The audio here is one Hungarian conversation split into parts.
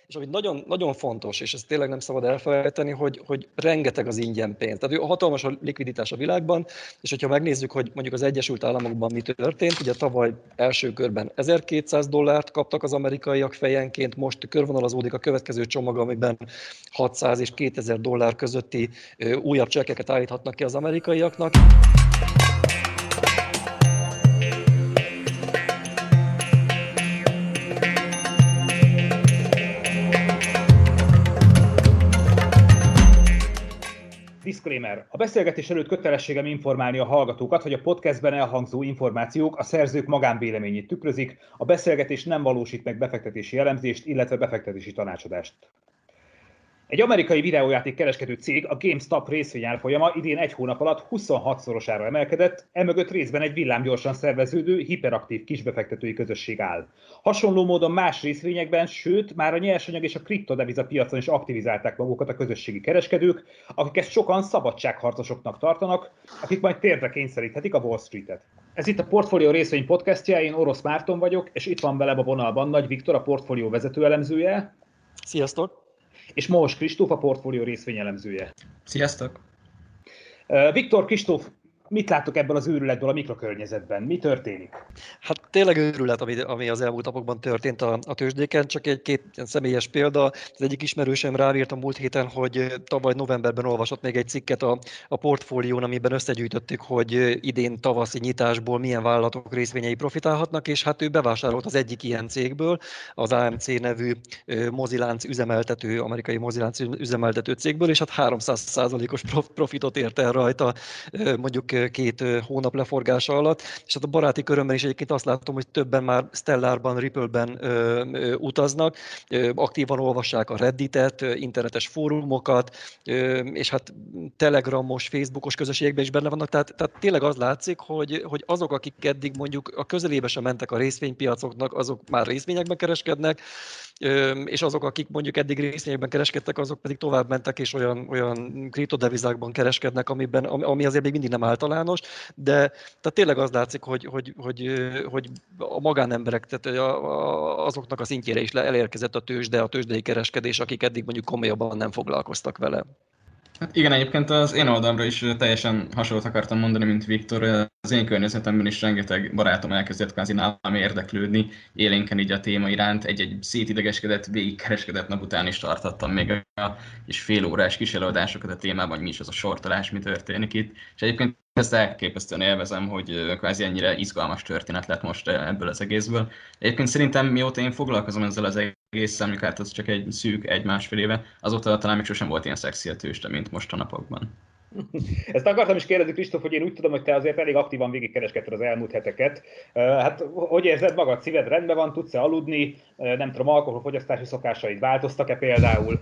és ami nagyon, nagyon fontos, és ezt tényleg nem szabad elfelejteni, hogy rengeteg az ingyen pénz. Tehát hatalmas a likviditás a világban, és hogyha megnézzük, hogy mondjuk az Egyesült Államokban mi történt, ugye tavaly első körben $1200 kaptak az amerikaiak fejenként, most körvonalazódik a következő csomag, amiben $600 és $2000 közötti újabb csekkeket állíthatnak ki az amerikaiaknak. Disclaimer. A beszélgetés előtt kötelességem informálni a hallgatókat, hogy a podcastben elhangzó információk a szerzők magánvéleményét tükrözik, a beszélgetés nem valósít meg befektetési elemzést, illetve befektetési tanácsadást. Egy amerikai videójáték kereskedő cég, a GameStop részvényárfolyama idén egy hónap alatt 26-szorosára emelkedett, emögött részben egy villámgyorsan szerveződő, hiperaktív kisbefektetői közösség áll. Hasonló módon más részvényekben, sőt, már a nyersanyag és a kriptodeviza piacon is aktivizálták magukat a közösségi kereskedők, akik ezt sokan szabadságharcosoknak tartanak, akik majd térdre kényszeríthetik a Wall Street-et. Ez itt a Portfolio részvény podcastja, én Orosz Márton vagyok, és itt van velem a vonalban Nagy Viktor, a Portfolio vezetőelemzője. Sziasztok! És Mohos Kristóf, a Portfolio részvényelemzője. Sziasztok! Viktor, Kristóf, mit láttok ebből az őrületből a mikrokörnyezetben? Mi történik? Hát tényleg őrület, ami az elmúlt napokban történt a tőzsdéken, csak egy-két személyes példa. Az egyik ismerősöm ráírt a múlt héten, hogy tavaly novemberben olvasott még egy cikket a portfólión, amiben összegyűjtöttük, hogy idén tavaszi nyitásból milyen vállalatok részvényei profitálhatnak, és hát ő bevásárolt az egyik ilyen cégből, az AMC nevű mozilánc üzemeltető, amerikai mozilánc üzemeltető cégből, és hát 300%-os profitot ért el rajta, mondjuk 2 hónap leforgása alatt, és hát a baráti körömben is egyébként azt látom, hogy többen már Stellarban, Ripple-ben utaznak, aktívan olvassák a Redditet, internetes fórumokat, és hát Telegramos, Facebookos közösségekben is benne vannak, tehát tényleg az látszik, hogy azok, akik eddig mondjuk a közelébe sem mentek a részvénypiacoknak, azok már részvényekben kereskednek, és azok, akik mondjuk eddig részvényekben kereskedtek, azok pedig tovább mentek, és olyan kriptodevizákban kereskednek, ami azért még mindig nem általános, de tehát tényleg az látszik, hogy a magánemberek, tehát azoknak a szintjére is elérkezett a tőzsdei kereskedés, akik eddig mondjuk komolyabban nem foglalkoztak vele. Hát igen, egyébként az én oldalamra is teljesen hasonlót akartam mondani, mint Viktor. Az én környezetemben is rengeteg barátom elkezdett kvázi nálam érdeklődni, élénken így a téma iránt, egy szétidegeskedett, végigkereskedett nap után is tartottam még a kis félórás kis előadásokat a témában, hogy mi is az a sortolás, mi történik itt. És egyébként ezt elképesztően élvezem, hogy kvázi ennyire izgalmas történet lett most ebből az egészből. Egyébként szerintem mióta én foglalkozom ezzel az egésszel, amikor hát az csak egy szűk 1-1,5 éve, azóta talán még sosem volt ilyen szexi a tőzsde, mint most a napokban. Ezt akartam is kérdezni, Kristóf, hogy én úgy tudom, hogy te azért elég aktívan végigkereskedted az elmúlt heteket. Hát hogy érzed magad? Szíved rendben van? Tudsz-e aludni? Nem tudom, alkoholfogyasztási szokásaid változtak-e például?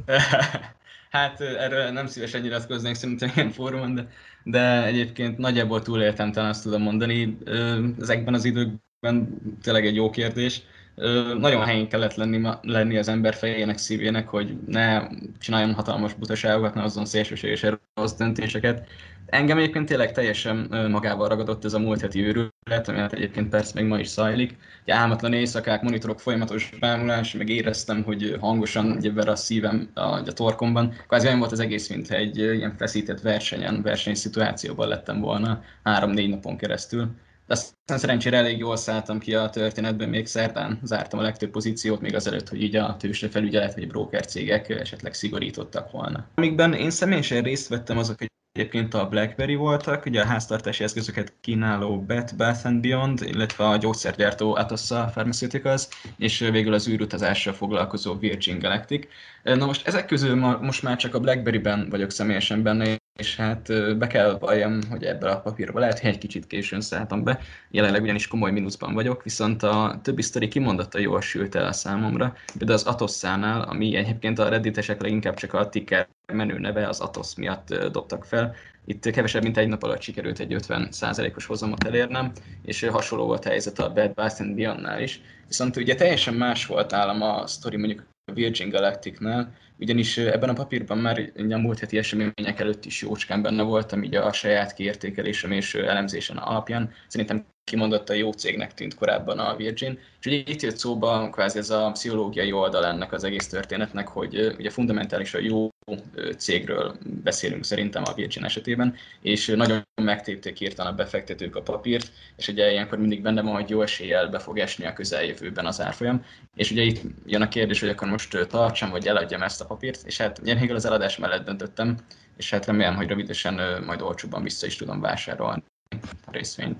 Hát erről nem szívesen nyilatkoznék szerintem ilyen fórumon, de egyébként nagyjából túléltem, talán azt tudom mondani. Ezekben az időkben tényleg egy jó kérdés. Nagyon helyén kellett lenni az ember fejének, szívének, hogy ne csináljon hatalmas butaságokat, ne hozzon szélsőségesen rossz döntéseket. Engem egyébként tényleg teljesen magával ragadott ez a múlt heti őrület, ami hát egyébként persze még ma is zajlik. Álmatlan éjszakák, monitorok, folyamatos bámulás, meg éreztem, hogy hangosan ver a szívem a torkomban. Kvázi olyan volt az egész, mintha egy ilyen feszített versenyszituációban lettem volna 3-4 napon keresztül. De aztán szerencsére elég jól szálltam ki a történetben, még szerdán zártam a legtöbb pozíciót, még azelőtt, hogy így a tőzsdefelügyelet vagy broker cégek esetleg szigorítottak volna. Amikben én személyesen részt vettem, azok egyébként a BlackBerry voltak, ugye a háztartási eszközöket kínáló Bath & Beyond, illetve a gyógyszergyártó Atos Pharmaceuticals, és végül az űrutazással foglalkozó Virgin Galactic. Na most ezek közül most már csak a BlackBerry-ben vagyok személyesen benne, és hát be kell valljam, hogy ebből a papírba lehet, hogy egy kicsit későn szálltam be, jelenleg ugyanis komoly mínuszban vagyok, viszont a többi sztori kimondottan jól sült el a számomra, de az Atosszánál, ami egyébként a redditesek leginkább csak a ticker menő neve, az Atos miatt dobtak fel. Itt kevesebb, mint egy nap alatt sikerült egy 50%-os hozamot elérnem, és hasonló volt a helyzet a Bed Bath & Beyondnál is. Viszont ugye teljesen más volt nálam a sztori mondjuk a Virgin Galacticnál, ugyanis ebben a papírban már a múlt heti események előtt is jócskán benne voltam, így a saját kiértékelésem és elemzésen alapján. Szerintem kimondottan jó cégnek tűnt korábban a Virgin, és ugye itt jött szóba kvázi ez a pszichológiai oldal ennek az egész történetnek, hogy ugye fundamentálisan jó cégről beszélünk szerintem a Virgin esetében, és nagyon megtépték hirtelen a befektetők a papírt, és ugye ilyenkor mindig benne van, hogy jó eséllyel be fog esni a közeljövőben az árfolyam, és ugye itt jön a kérdés, hogy akkor most tartsam, vagy eladjam ezt a papírt, és hát ugye az eladás mellett döntöttem, és hát remélem, hogy rövidesen majd olcsóbban vissza is tudom vásárolni a részvényt.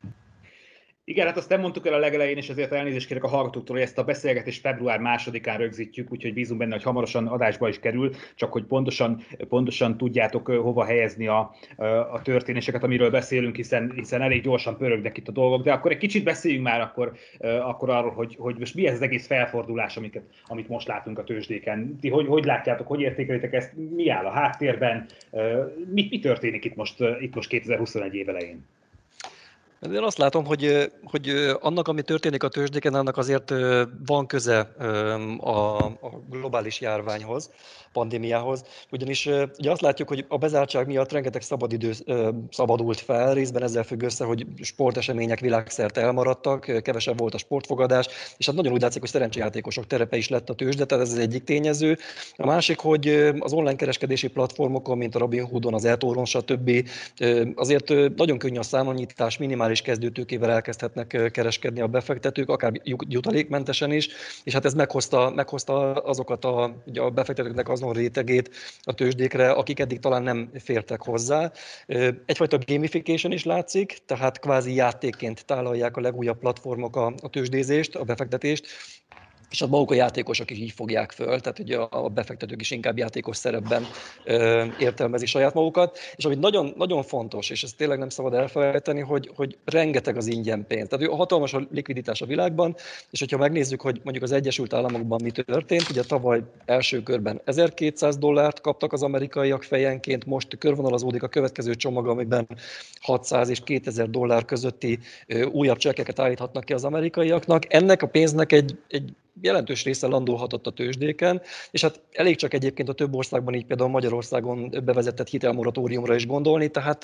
Igen, hát azt nem mondtuk el a legelején, és ezért elnézést kérek a hallgatóktól, hogy ezt a beszélgetést február 2-án rögzítjük, úgyhogy bízunk benne, hogy hamarosan adásba is kerül, csak hogy pontosan tudjátok hova helyezni a történéseket, amiről beszélünk, hiszen elég gyorsan pörögnek itt a dolgok, de akkor egy kicsit beszéljünk már akkor arról, hogy most mi ez az egész felfordulás, amit most látunk a tőzsdéken. Ti hogy látjátok, hogy értékelitek ezt, mi áll a háttérben, mi történik itt most 2021 év elején? Én azt látom, hogy annak, ami történik a tőzsdéken, annak azért van köze a globális járványhoz, pandémiához. Ugyanis ugye azt látjuk, hogy a bezártság miatt rengeteg szabadidő szabadult fel, részben ezzel függ össze, hogy sportesemények világszerte elmaradtak, kevesebb volt a sportfogadás, és hát nagyon úgy látszik, hogy szerencsejátékosok terepe is lett a tőzsde, tehát ez az egyik tényező. A másik, hogy az online kereskedési platformokon, mint a Robinhoodon, az eToro-n, stb. Azért nagyon könnyű a számlanyítás, minimális kezdőtőkével elkezdhetnek kereskedni a befektetők, akár jutalékmentesen is, és hát ez meghozta azokat a befektetőknek azon rétegét a tőzsdékre, akik eddig talán nem fértek hozzá. Egyfajta gamification is látszik, tehát kvázi játékként tálalják a legújabb platformok a tőzsdézést, a befektetést, és hát maguk a játékosok is így fogják föl, tehát ugye a befektetők is inkább játékos szerepben értelmezik saját magukat. És ami nagyon, nagyon fontos, és ezt tényleg nem szabad elfelejteni, hogy rengeteg az ingyen pénz. Tehát hatalmas a likviditás a világban, és hogyha megnézzük, hogy mondjuk az Egyesült Államokban mi történt, ugye tavaly első körben $1200 kaptak az amerikaiak fejenként, most körvonalazódik a következő csomag, amiben $600 és $2000 közötti újabb csekkeket állíthatnak ki az amerikaiaknak. Ennek a pénznek egy jelentős része landolhatott a tőzsdéken, és hát elég csak egyébként a több országban, így például Magyarországon bevezetett hitelmoratóriumra is gondolni, tehát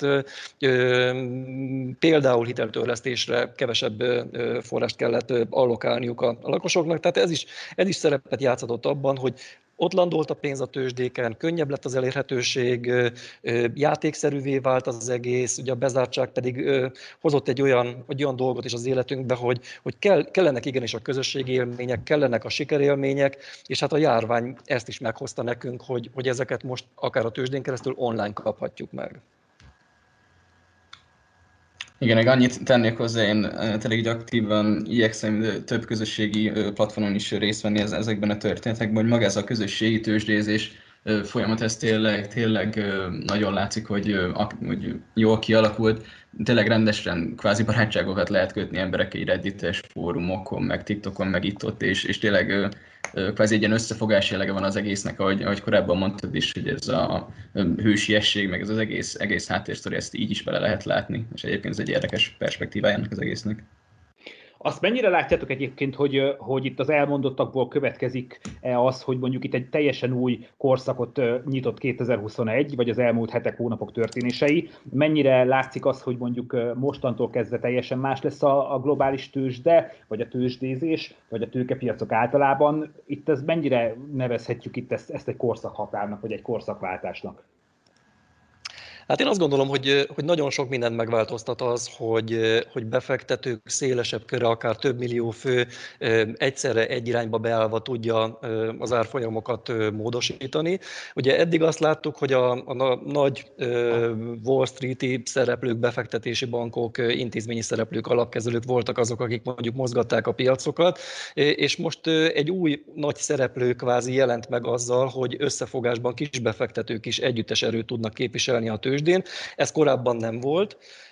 például hiteltörlesztésre kevesebb forrást kellett allokálniuk a lakosoknak, tehát ez is szerepet játszott abban, hogy ott landolt a pénz a tőzsdéken, könnyebb lett az elérhetőség, játékszerűvé vált az egész, ugye a bezártság pedig hozott egy olyan dolgot is az életünkbe, hogy kellenek igenis a közösségi élmények, kellenek a sikerélmények, és hát a járvány ezt is meghozta nekünk, hogy ezeket most akár a tőzsdén keresztül online kaphatjuk meg. Igen, meg annyit tennék hozzá, én elég aktívan igyekszem több közösségi platformon is részt venni ezekben a történetekben, hogy maga ez a közösségi tőzsdézés folyamat, ez tényleg nagyon látszik, hogy jól kialakult. Tényleg rendesen kvázi barátságokat lehet kötni emberekkel Reddites fórumokon, meg TikTokon, meg itt-ott, és tényleg kvázi egy ilyen összefogás jellege van az egésznek, ahogy korábban mondtad is, hogy ez a hősiesség, meg ez az egész háttérsztori, ezt így is bele lehet látni, és egyébként ez egy érdekes perspektívája ennek az egésznek. Azt mennyire látjátok egyébként, hogy itt az elmondottakból következik-e az, hogy mondjuk itt egy teljesen új korszakot nyitott 2021, vagy az elmúlt hetek, hónapok történései? Mennyire látszik az, hogy mondjuk mostantól kezdve teljesen más lesz a globális tőzsde, vagy a tőzsdézés, vagy a tőkepiacok általában? Itt ez mennyire nevezhetjük itt ezt egy korszakhatárnak, vagy egy korszakváltásnak? Hát én azt gondolom, hogy nagyon sok mindent megváltoztat az, hogy befektetők szélesebb köre, akár több millió fő egyszerre egy irányba beállva tudja az árfolyamokat módosítani. Ugye eddig azt láttuk, hogy a nagy Wall Street-i szereplők, befektetési bankok, intézményi szereplők, alapkezelők voltak azok, akik mondjuk mozgatták a piacokat, és most egy új nagy szereplő kvázi jelent meg azzal, hogy összefogásban kis befektetők is együttes erőt tudnak képviselni a tőzsdén. Ez korábban nem volt.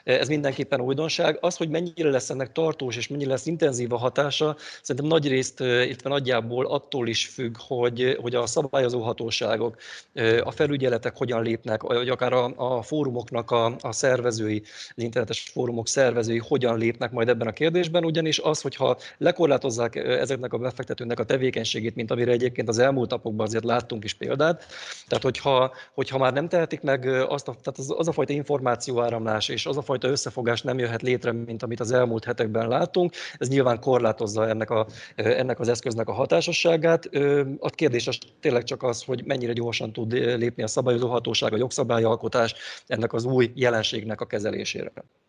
Ez mindenképpen újdonság. Az, hogy mennyire lesz ennek tartós és mennyire lesz intenzív a hatása, szerintem nagy részt, illetve nagyjából attól is függ, hogy a szabályozó hatóságok, a felügyeletek hogyan lépnek, vagy akár a fórumoknak a szervezői, az internetes fórumok szervezői hogyan lépnek majd ebben a kérdésben, ugyanis az, hogyha lekorlátozzák ezeknek a befektetőnek a tevékenységét, mint amire egyébként az elmúlt napokban azért láttunk is példát, tehát hogyha már nem tehetik meg tehát az a fajta információáramlás és az a fajta összefogás nem jöhet létre, mint amit az elmúlt hetekben láttunk, ez nyilván korlátozza ennek az eszköznek a hatásosságát. A kérdés az tényleg csak az, hogy mennyire gyorsan tud lépni a szabályozó hatóság, a jogszabályalkotás ennek az új jelenségnek a kezelésére.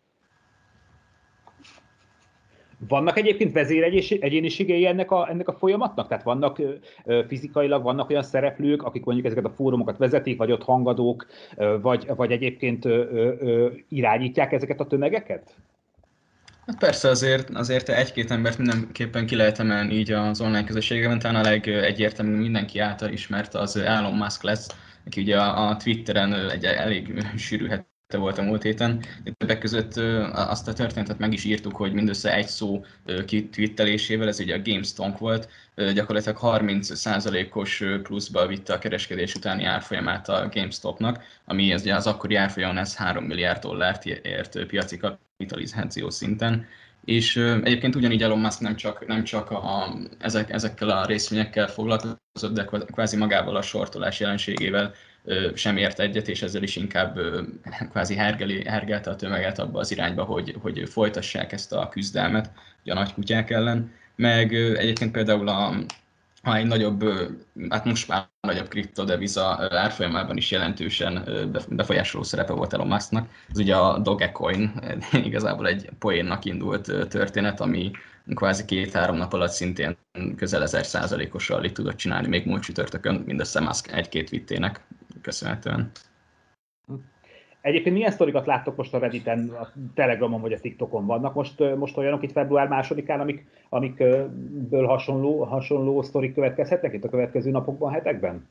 Vannak egyébként vezéregyéniségei ennek a folyamatnak? Tehát vannak fizikailag, vannak olyan szereplők, akik mondjuk ezeket a fórumokat vezetik, vagy ott hangadók, vagy egyébként irányítják ezeket a tömegeket? Hát persze azért egy-két embert mindenképpen ki lehet emelni így az online közösségben, talán a legegyértelműbb mindenki által ismert az Elon Musk lesz, aki ugye a Twitteren egy elég sűrű hete volt a múlt héten. Többek között azt a történetet meg is írtuk, hogy mindössze egy szó kitwittelésével, ez ugye a GameStonk volt, gyakorlatilag 30%-os pluszba vitte a kereskedés utáni árfolyamát a GameStopnak, ami az akkori árfolyamon ez $3 milliárd ért piaci kapitalizáció szinten. És egyébként ugyanígy Elon Musk nem csak ezekkel a részvényekkel foglalkozott, de kvázi magával a sortolás jelenségével sem ért egyet, és ezzel is inkább kvázi hergelte a tömeget abba az irányba, hogy folytassák ezt a küzdelmet a nagy kutyák ellen. Meg egyébként például ha egy nagyobb, hát most már nagyobb kriptodeviza árfolyamában is jelentősen befolyásoló szerepe volt Elon Musknak. Ez ugye a Dogecoin, igazából egy poénnak indult történet, ami kvázi 2-3 nap alatt szintén közel 1000%-os rallit tudott csinálni, még múlt csütörtökön, mindössze Musk egy-két twittének köszönhetően. Egyébként milyen sztorikat láttok most a Redditen, a Telegramon vagy a TikTokon vannak? Most olyanok itt február 2-án, amikből hasonló sztorik következhetnek itt a következő napokban, hetekben?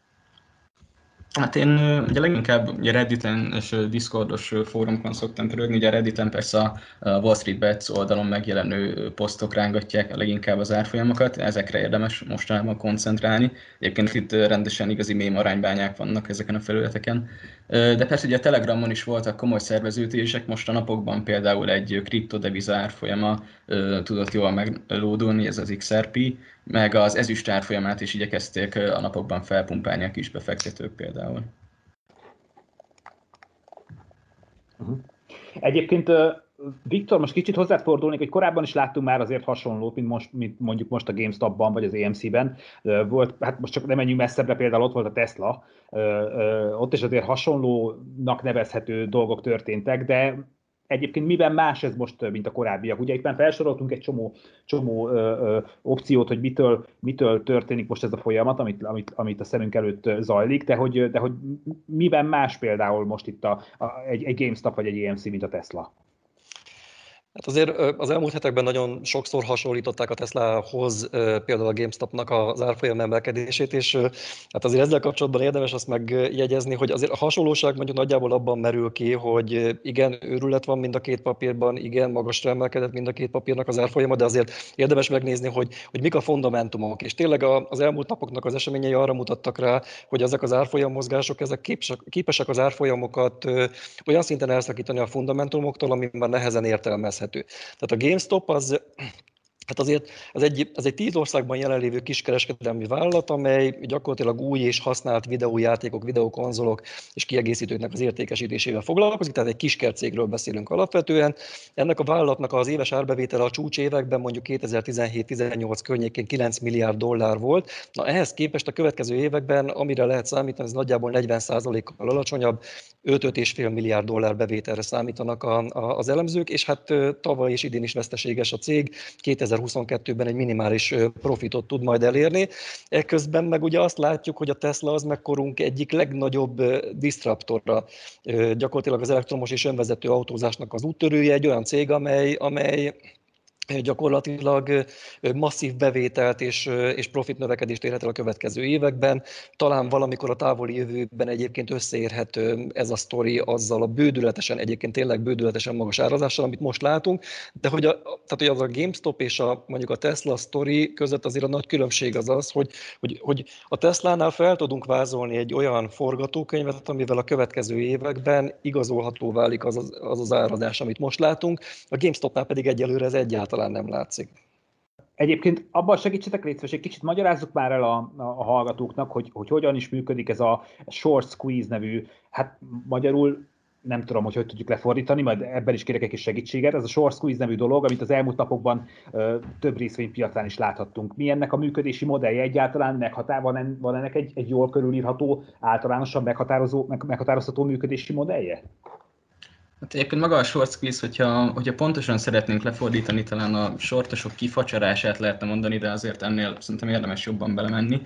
Hát én ugye leginkább ugye Redditen és Discordos fórumokon szoktam pörögni, ugye Redditen persze a Wall Street Bets oldalon megjelenő posztok rángatják leginkább az árfolyamokat, ezekre érdemes mostanában koncentrálni. Egyébként itt rendesen igazi mém aránybányák vannak ezeken a felületeken. De persze ugye a Telegramon is voltak komoly szerveződések, most a napokban például egy kriptodeviza árfolyama tudott jól meglódulni, ez az XRP, meg az ezüst árfolyamát is igyekezték a napokban felpumpálni a kis befektetők például. Egyébként Viktor, most kicsit hozzád fordulnék, hogy korábban is láttunk már azért hasonlót, mint mondjuk most a GameStopban vagy az EMC-ben. Volt, hát most csak nem menjünk messzebbre, például ott volt a Tesla, ott is azért hasonlónak nevezhető dolgok történtek, de egyébként miben más ez most, mint a korábbiak? Ugye itt már felsoroltunk egy csomó opciót, hogy mitől történik most ez a folyamat, amit a szemünk előtt zajlik, de hogy miben más például most itt egy GameStop vagy egy EMC, mint a Tesla? Hát azért az elmúlt hetekben nagyon sokszor hasonlították a Teslahoz például a GameStopnak az árfolyam emelkedését, és hát azért ezzel kapcsolatban érdemes azt megjegyezni, hogy azért a hasonlóság mondjuk nagyjából abban merül ki, hogy igen, őrület van mind a két papírban, igen, magasra emelkedett mind a két papírnak az árfolyama, de azért érdemes megnézni, hogy mik a fundamentumok. És tényleg az elmúlt napoknak az eseményei arra mutattak rá, hogy ezek az árfolyammozgások, ezek képesek az árfolyamokat olyan szinten elszakítani a fundamentumoktól, ami már nehezen értelmezhető. Tehát a GameStop hát azért az egy 10 országban jelenlévő kiskereskedelmi vállalat, amely gyakorlatilag új és használt videójátékok, videókonzolok és kiegészítőknek az értékesítésével foglalkozik, tehát egy kiskercégről beszélünk alapvetően. Ennek a vállalatnak az éves árbevétele a csúcsévekben mondjuk 2017-18 környékén $9 milliárd volt. Na ehhez képest a következő években, amire lehet számítani, ez nagyjából 40%-kal alacsonyabb, 5,5 milliárd dollár bevételre számítanak az elemzők, és hát tavaly és idén is veszteséges a cég, 2022-ben egy minimális profitot tud majd elérni. Ekközben meg ugye azt látjuk, hogy a Tesla az meg korunk egyik legnagyobb disruptora, gyakorlatilag az elektromos és önvezető autózásnak az úttörője, egy olyan cég, amely gyakorlatilag masszív bevételt és profit növekedést érhet el a következő években. Talán valamikor a távoli jövőben egyébként összeérhet ez a sztori azzal a bődületesen, egyébként tényleg bődületesen magas árazással, amit most látunk, de tehát, hogy az a GameStop és mondjuk a Tesla sztori között azért a nagy különbség az, hogy a Teslánál fel tudunk vázolni egy olyan forgatókönyvet, amivel a következő években igazolható válik az árazás, amit most látunk. A GameStopnál pedig egyelőre ez egyáltalán nem látszik. Egyébként abban segítsetek légy szíves, egy kicsit magyarázzuk már el a hallgatóknak, hogy hogyan is működik ez a short squeeze nevű, hát magyarul nem tudom, hogy tudjuk lefordítani, majd ebben is kérek egy kis segítséget. Ez a short squeeze nevű dolog, amit az elmúlt napokban több részvénypiacán is láthattunk. Mi ennek a működési modellje egyáltalán? Van ennek egy jól körülírható, általánosan meghatározható működési modellje? Hát egyébként maga a short squeeze, hogyha pontosan szeretnénk lefordítani, talán a shortosok kifacsarását lehetne mondani, de azért ennél szerintem érdemes jobban belemenni.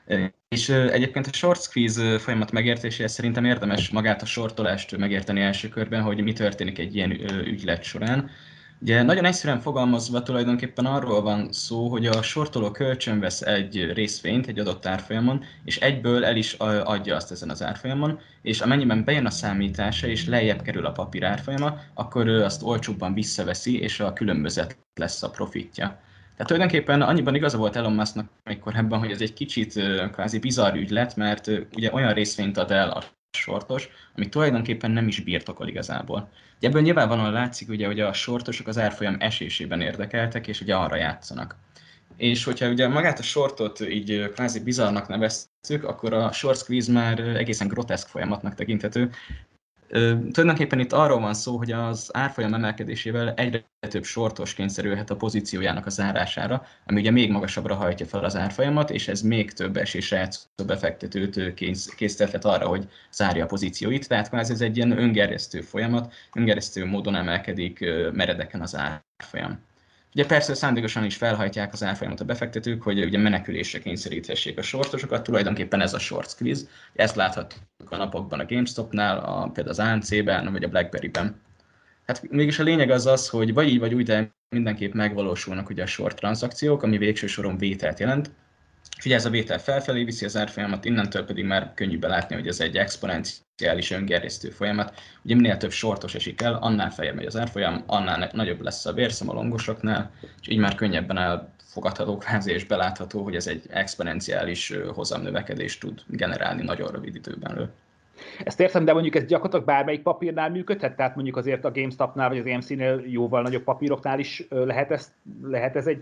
És egyébként a short squeeze folyamat megértéséhez szerintem érdemes magát a shortolást megérteni első körben, hogy mi történik egy ilyen ügylet során. Ugye nagyon egyszerűen fogalmazva tulajdonképpen arról van szó, hogy a sortoló kölcsönvesz egy részvényt egy adott árfolyamon, és egyből el is adja azt ezen az árfolyamon, és amennyiben bejön a számítása és lejjebb kerül a papír árfolyama, akkor ő azt olcsóbban visszaveszi, és a különbözet lesz a profitja. Tehát tulajdonképpen annyiban igaza volt Elon Musknak még korábban, hogy ez egy kicsit kvázi bizarr ügylet, mert ugye olyan részvényt ad el a sortos, amit tulajdonképpen nem is birtokol igazából. Ebből nyilvánvalóan látszik, ugye, hogy a sortosok az árfolyam esésében érdekeltek, és ugye arra játszanak. És hogyha ugye magát a shortot így kvázi bizarrnak nevezzük, akkor a short squeeze már egészen groteszk folyamatnak tekinthető. Tulajdonképpen itt arról van szó, hogy az árfolyam emelkedésével egyre több sortos kényszerülhet a pozíciójának a zárására, ami ugye még magasabbra hajtja fel az árfolyamat, és ez még több esésre játszó befektetőt késztethet arra, hogy zárja a pozícióit. Tehát kvázi ez egy ilyen öngerjesztő folyamat, öngerjesztő módon emelkedik meredeken az árfolyam. Ugye persze szándékosan is felhajtják az árfolyamot a befektetők, hogy ugye menekülésre kényszeríthessék a shortosokat, tulajdonképpen ez a short squeeze. Ezt láthatjuk a napokban a GameStopnál, például az ANC-ben, vagy a BlackBerry-ben. Hát mégis a lényeg az, hogy vagy így vagy úgy, de mindenképp megvalósulnak ugye a short tranzakciók, ami végső soron vételt jelent. És ugye ez a vétel felfelé viszi az árfolyamat, innentől pedig már könnyű belátni, hogy ez egy exponenciális öngerjesztő folyamat. Ugye minél több shortos esik el, annál feljebb megy az árfolyam, annál nagyobb lesz a vérszam a longosoknál, és így már könnyebben elfogadható kvázi és belátható, hogy ez egy exponenciális hozamnövekedést tud generálni nagyon rövid időben. Ezt értem, de mondjuk ez gyakorlatilag bármelyik papírnál működhet? Tehát mondjuk azért a GameStopnál vagy az AMC-nél jóval nagyobb papíroknál is lehet ez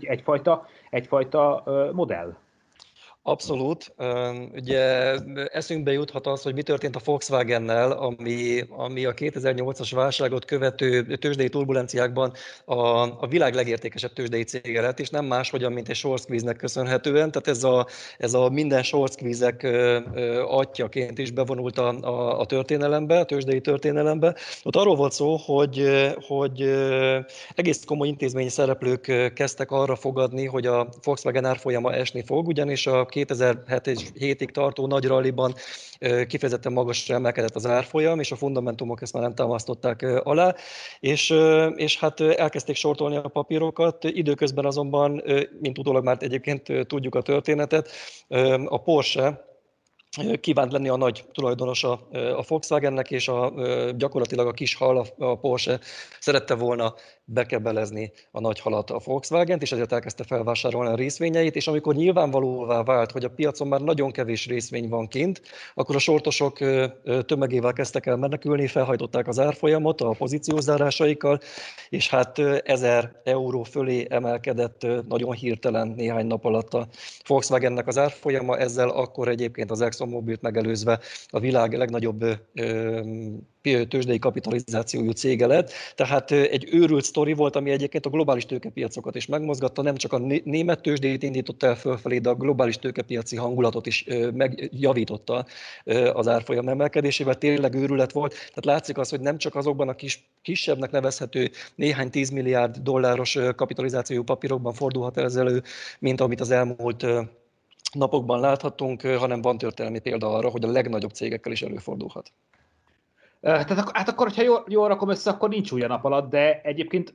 egyfajta modell? Abszolút. Ugye eszünkbe juthat az, hogy mi történt a Volkswagennel, ami a 2008-as válságot követő tőzsdei turbulenciákban a világ legértékesebb tőzsdei cége lett, és nem más, mint egy short squeeze-nek köszönhetően. Tehát ez a minden short squeeze-ek atyaként is bevonult a történelembe, a tőzsdei történelembe. Ott arról volt szó, hogy egész komoly intézményi szereplők kezdtek arra fogadni, hogy a Volkswagen árfolyama esni fog, ugyanis a 2007-ig tartó nagy ralliban kifejezetten magasra emelkedett az árfolyam, és a fundamentumok ezt már nem támasztották alá, és hát elkezdték sortolni a papírokat. Időközben azonban, mint utólag már egyébként tudjuk a történetet, a Porsche kívánt lenni a nagy tulajdonosa a Volkswagennek, és gyakorlatilag a kis hal, a Porsche szerette volna bekebelezni a nagy halat, a Volkswagent, és ezért elkezdte felvásárolni a részvényeit, és amikor nyilvánvalóvá vált, hogy a piacon már nagyon kevés részvény van kint, akkor a sortosok tömegével kezdtek el menekülni, felhajtották az árfolyamot a pozíciózárásaikkal, és hát 1000 euró fölé emelkedett nagyon hirtelen néhány nap alatt a Volkswagennek az árfolyama, ezzel akkor egyébként az ExxonMobilt megelőzve a világ legnagyobb tőzsdei kapitalizációjú cége lett. Tehát egy őrült sztori volt, ami egyébként a globális tőkepiacokat is megmozgatta, nem csak a német tőzsdét indította el fölfelé, de a globális tőkepiaci hangulatot is megjavította az árfolyam emelkedésével. Tényleg őrület volt. Tehát látszik az, hogy nem csak azokban a kisebbnek nevezhető néhány 10 milliárd dolláros kapitalizációjú papírokban fordulhat ez elő, mint amit az elmúlt napokban láthattunk, hanem van történelmi példa arra, hogy a legnagyobb cégekkel is előfordulhat. Hát akkor, hogyha jól rakom össze, akkor nincs új a nap alatt, de egyébként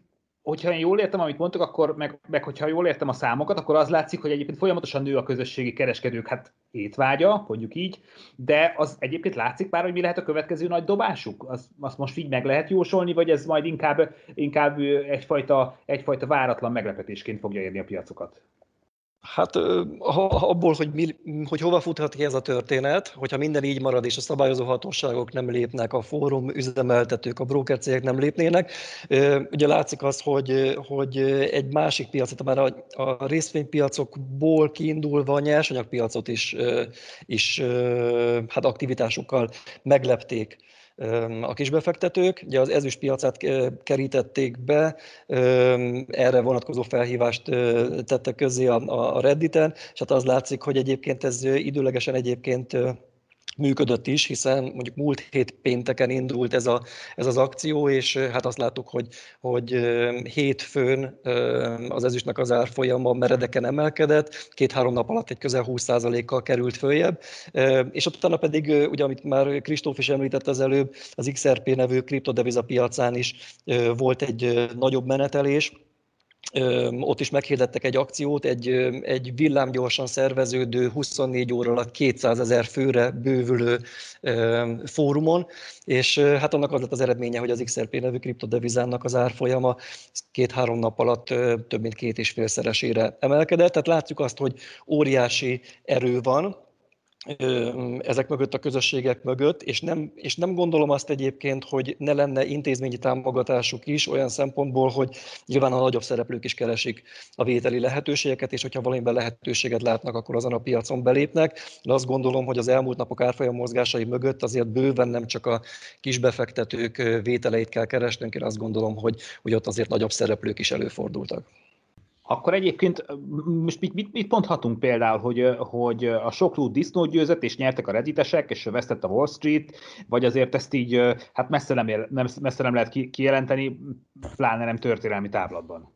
hogyha én jól értem, amit mondtok, akkor meg hogyha jól értem a számokat, akkor az látszik, hogy egyébként folyamatosan nő a közösségi kereskedők étvágya, mondjuk így, de az egyébként látszik már, hogy mi lehet a következő nagy dobásuk? Azt most így meg lehet jósolni, vagy ez majd inkább egyfajta váratlan meglepetésként fogja érni a piacokat? Hát abból, hogy hova futhat ki ez a történet, hogyha minden így marad, és a szabályozó hatóságok nem lépnek, a fórum üzemeltetők, a broker cégek nem lépnének, ugye látszik az, hogy egy másik piacot, már a részvénypiacokból kiindulva a nyersanyagpiacot is hát aktivitásukkal meglepték a kisbefektetők. Ugye az ezüst piacát kerítették be, erre vonatkozó felhívást tettek közzé a Redditen, és hát az látszik, hogy egyébként ez időlegesen egyébként működött is, hiszen mondjuk múlt hét pénteken indult ez az akció, és hát azt láttuk, hogy hétfőn az ezüstnek az árfolyama meredeken emelkedett, 2-3 nap alatt egy közel 20%-kal került följebb, és utána pedig, ugye amit már Kristóf is említett az előbb, az XRP nevű kriptodeviza piacán is volt egy nagyobb menetelés. Ott is meghirdettek egy akciót, egy villámgyorsan szerveződő, 24 óra alatt 200 000 főre bővülő fórumon, és hát annak az lett az eredménye, hogy az XRP nevű kriptodevizának az árfolyama 2-3 nap alatt több mint 2,5-szeresére emelkedett. Tehát látjuk azt, hogy óriási erő van ezek mögött, a közösségek mögött, és nem gondolom azt egyébként, hogy ne lenne intézményi támogatásuk is olyan szempontból, hogy nyilván a nagyobb szereplők is keresik a vételi lehetőségeket, és hogyha valamiben lehetőséget látnak, akkor azon a piacon belépnek. De azt gondolom, hogy az elmúlt napok árfolyam mozgásai mögött azért bőven nem csak a kisbefektetők vételeit kell keresnünk, én azt gondolom, hogy ott azért nagyobb szereplők is előfordultak. Akkor egyébként most mit mondhatunk például, hogy a sok lúd disznót győzött, és nyertek a redditesek, és vesztett a Wall Street, vagy azért ezt így hát messze nem lehet kijelenteni, pláne nem történelmi távlatban?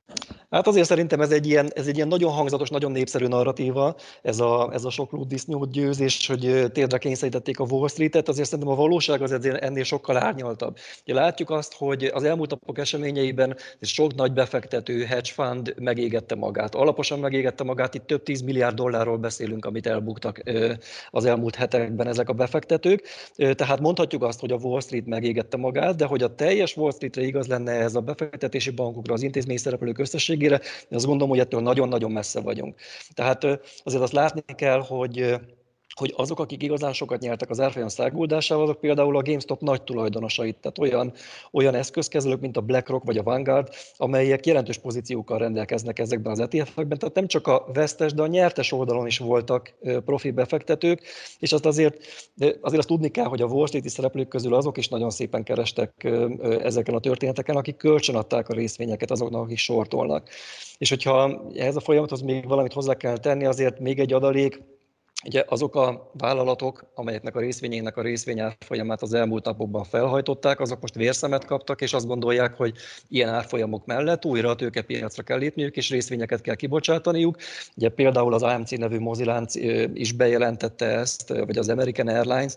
Hát azért szerintem ez egy ilyen nagyon hangzatos, nagyon népszerű narratíva, ez a sok lúddisznót győzés, hogy térdre kényszerítették a Wall Street-et, azért szerintem a valóság az ennél sokkal árnyaltabb. Ugye látjuk azt, hogy az elmúlt napok eseményeiben sok nagy befektető, hedge fund megégette magát, alaposan megégette magát, itt több 10 milliárd dollárról beszélünk, amit elbuktak az elmúlt hetekben ezek a befektetők. Tehát mondhatjuk azt, hogy a Wall Street megégette magát, de hogy a teljes Wall Streetre igaz lenne ez a befektetési bankokra, az intézmény szereplők összességére, én azt gondolom, hogy ettől nagyon-nagyon messze vagyunk. Tehát azért azt látni kell, hogy azok, akik igazán sokat nyertek az árfolyam száguldásával, azok például a GameStop nagy tulajdonosait, tehát olyan eszközkezelők, mint a BlackRock vagy a Vanguard, amelyek jelentős pozíciókkal rendelkeznek ezekben az ETF-ekben, tehát nem csak a vesztes, de a nyertes oldalon is voltak profi befektetők, és azért azt tudni kell, hogy a Wall Street-i szereplők közül azok is nagyon szépen kerestek ezeken a történeteken, akik kölcsönadták a részvényeket azoknak, akik sortolnak. És hogyha ehhez a folyamathoz még valamit hozzá kell tenni, azért még egy adalék, ugye azok a vállalatok, amelyeknek a részvényének a részvényárfolyamát az elmúlt napokban felhajtották, azok most vérszemet kaptak, és azt gondolják, hogy ilyen árfolyamok mellett újra a tőkepiacra kell lépniük, és részvényeket kell kibocsátaniuk. Ugye például az AMC nevű mozilánc is bejelentette ezt, vagy az American Airlines,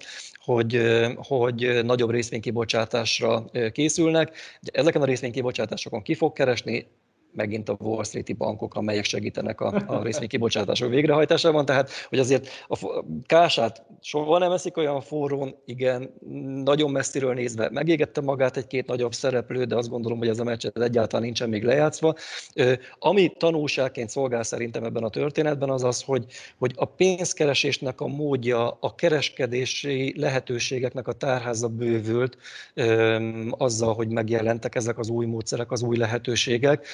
hogy nagyobb részvénykibocsátásra készülnek. Ezeken a részvénykibocsátásokon ki fog keresni? Megint a Wall Street-i bankok, amelyek segítenek a részvénykibocsátások végrehajtásában. Tehát, hogy azért a kását soha nem eszik olyan forrón, igen, nagyon messziről nézve megégette magát egy-két nagyobb szereplő, de azt gondolom, hogy ez a meccs egyáltalán nincsen még lejátszva. Ami tanulságként szolgál szerintem ebben a történetben az az, hogy a pénzkeresésnek a módja, a kereskedési lehetőségeknek a tárháza bővült azzal, hogy megjelentek ezek az új módszerek, az új lehetőségek.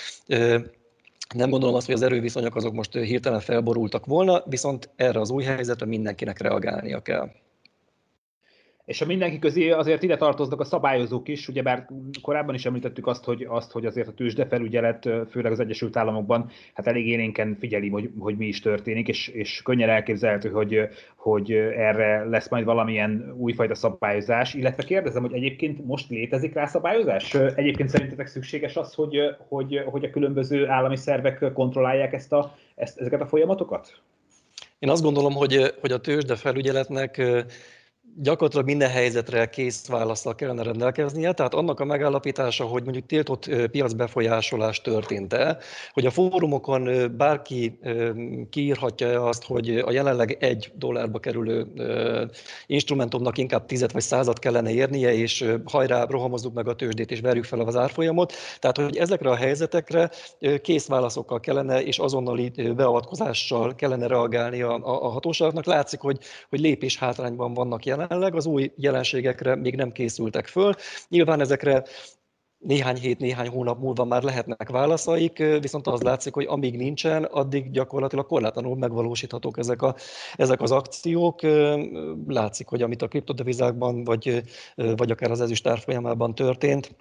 Nem gondolom azt, hogy az erőviszonyok azok most hirtelen felborultak volna, viszont erre az új helyzetre mindenkinek reagálnia kell. És a mindenki közé azért ide tartoznak a szabályozók is, ugyebár korábban is említettük azt, hogy azért a tőzsdefelügyelet, főleg az Egyesült Államokban, hát elég élénken figyeli, hogy mi is történik, és könnyen elképzelhető, hogy erre lesz majd valamilyen újfajta szabályozás, illetve kérdezem, hogy egyébként most létezik rá szabályozás? Egyébként szerintetek szükséges az, hogy a különböző állami szervek kontrollálják ezeket a folyamatokat? Én azt gondolom, hogy a tőzsdefelügyeletnek gyakorlatilag minden helyzetre kész válaszsal kellene rendelkeznie, tehát annak a megállapítása, hogy mondjuk tiltott piacbefolyásolás történt-e, hogy a fórumokon bárki kiírhatja azt, hogy a jelenleg $1 kerülő instrumentumnak inkább 10 vagy 100 kellene érnie, és hajrá, rohamozzuk meg a tőzsdét, és verjük fel az árfolyamot. Tehát, hogy ezekre a helyzetekre kész válaszokkal kellene, és azonnali beavatkozással kellene reagálni a hatóságoknak. Látszik, hogy lépés hátrányban vannak jelenleg, az új jelenségekre még nem készültek föl. Nyilván ezekre néhány hét, néhány hónap múlva már lehetnek válaszaik, viszont az látszik, hogy amíg nincsen, addig gyakorlatilag korlátlanul megvalósíthatók ezek az akciók. Látszik, hogy amit a kriptodevizákban, vagy akár az ezüst árfolyamában történt,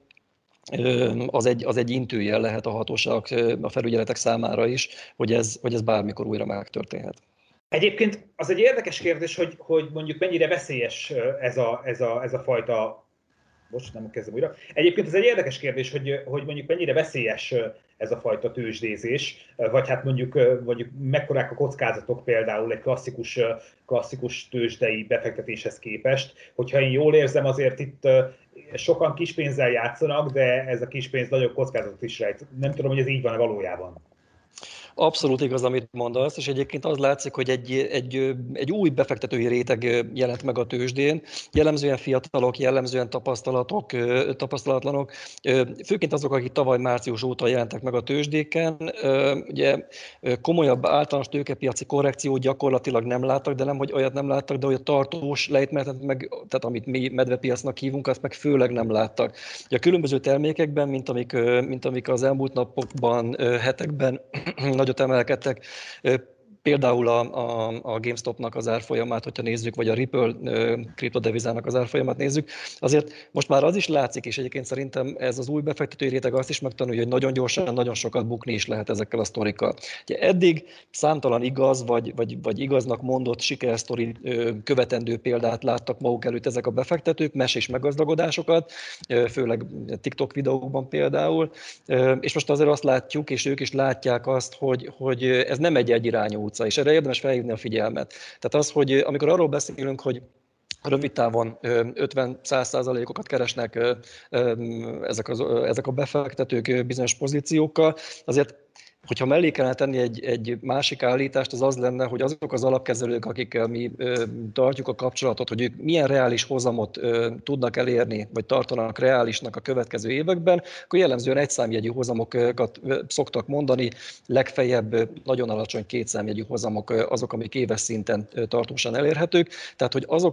az egy intőjel lehet a hatóságok, a felügyeletek számára is, hogy ez bármikor újra megtörténhet. Egyébként az egy érdekes kérdés, hogy mondjuk mennyire veszélyes ez a fajta... Bocs, nem kezdem újra. Egyébként ez egy érdekes kérdés, hogy mondjuk mennyire veszélyes ez a fajta tőzsdézés, vagy hát mondjuk mekkorák a kockázatok például egy klasszikus tőzsdei befektetéshez képest. Hogyha én jól érzem, azért itt sokan kispénzzel játszanak, de ez a kispénz nagyobb kockázatot is rejt. Nem tudom, hogy ez így van-e valójában. Abszolút igaz, amit mondasz, és egyébként az látszik, hogy egy új befektetői réteg jelent meg a tőzsdén, jellemzően fiatalok, jellemzően tapasztalatlanok, főként azok, akik tavaly március óta jelentek meg a tőzsdéken. Ugye komolyabb általános tőkepiaci korrekciót gyakorlatilag nem láttak, de nem, hogy olyat nem láttak, de olyan tartós lejtmenetet, tehát amit mi medvepiacnak hívunk, azt meg főleg nem láttak. Ugye a különböző termékekben, mint amik az elmúlt napokban, hetekben nagyot emelkedtek, például a GameStopnak az árfolyamát, hogyha nézzük, vagy a Ripple kriptodevizának az árfolyamát nézzük, azért most már az is látszik, és egyébként szerintem ez az új befektetői réteg azt is megtanulja, hogy nagyon gyorsan, nagyon sokat bukni is lehet ezekkel a sztorikkal. Ugye eddig számtalan igaz, vagy igaznak mondott sikersztori követendő példát láttak maguk előtt ezek a befektetők, mesés meggazdagodásokat, főleg TikTok videókban például, és most azért azt látjuk, és ők is látják azt, hogy ez nem egy egyirányú utca, és erre érdemes felhívni a figyelmet. Tehát az, hogy amikor arról beszélünk, hogy rövid távon 50-100%-okat keresnek ezek a befektetők bizonyos pozíciókkal, azért hogyha mellé kellene tenni egy másik állítást, az lenne, hogy azok az alapkezelők, akikkel mi tartjuk a kapcsolatot, hogy ők milyen reális hozamot tudnak elérni, vagy tartanak reálisnak a következő években, akkor jellemzően egyszámjegyű hozamokat szoktak mondani, legfeljebb nagyon alacsony kétszámjegyű hozamok azok, amik éves szinten tartósan elérhetők. Tehát, hogy azok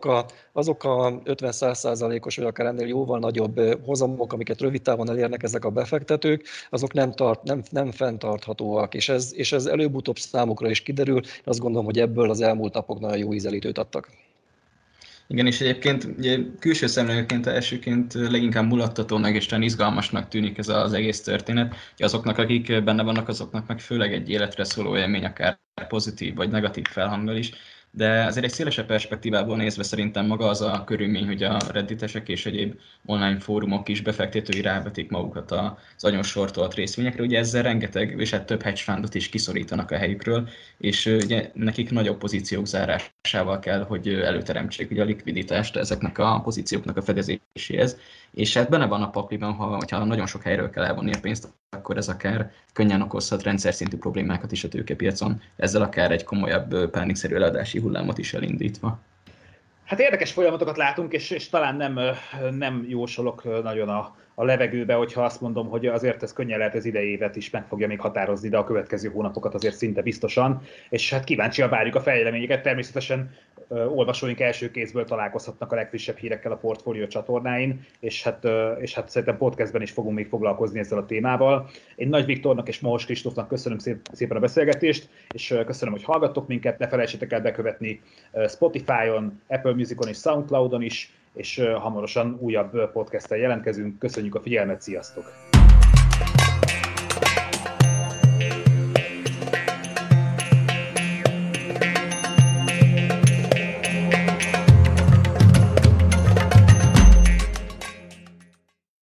a 50-100%-os, vagy akár ennél jóval nagyobb hozamok, amiket rövid távon elérnek ezek a befektetők, azok nem fenntarthatók. És ez előbb-utóbb számukra is kiderül. Azt gondolom, hogy ebből az elmúlt napok nagyon jó ízelítőt adtak. Igen, és egyébként ugye, külső szemlélőként elsőként leginkább mulattatónak és talán izgalmasnak tűnik ez az egész történet. Azoknak, akik benne vannak, azoknak meg főleg egy életre szóló élmény, akár pozitív vagy negatív felhanggal is. De azért egy szélesebb perspektívából nézve szerintem maga az a körülmény, hogy a redditesek és egyéb online fórumok is befektetői rávetik magukat az agyon-sortolt részvényekre. Ugye ezzel rengeteg, és hát több hedge fundot is kiszorítanak a helyükről, és ugye nekik nagyobb pozíciók zárásával kell, hogy előteremtsék ugye a likviditást ezeknek a pozícióknak a fedezéséhez. És hát benne van a pakliban, hogyha nagyon sok helyről kell elvonni a pénzt, akkor ez akár könnyen okozhat rendszer szintű problémákat is a tőkepiacon, ezzel akár egy komolyabb pánikszerű eladási hullámot is elindítva. Hát érdekes folyamatokat látunk, és talán nem jósolok nagyon a levegőbe, hogyha azt mondom, hogy azért ez könnyen lehet az idei évet is meg fogja még határozni, de a következő hónapokat azért szinte biztosan, és hát kíváncsian várjuk a fejleményeket. Természetesen olvasóink első kézből találkozhatnak a legfrissebb hírekkel a Portfolio csatornáin, és hát szerintem podcastben is fogunk még foglalkozni ezzel a témával. Én Nagy Viktornak és Mohos Kristófnak köszönöm szépen a beszélgetést, és köszönöm, hogy hallgattok minket, ne felejtsétek el bekövetni Spotify-on, Apple Musicon és Soundcloudon is, és hamarosan újabb podcasttel jelentkezünk. Köszönjük a figyelmet, sziasztok!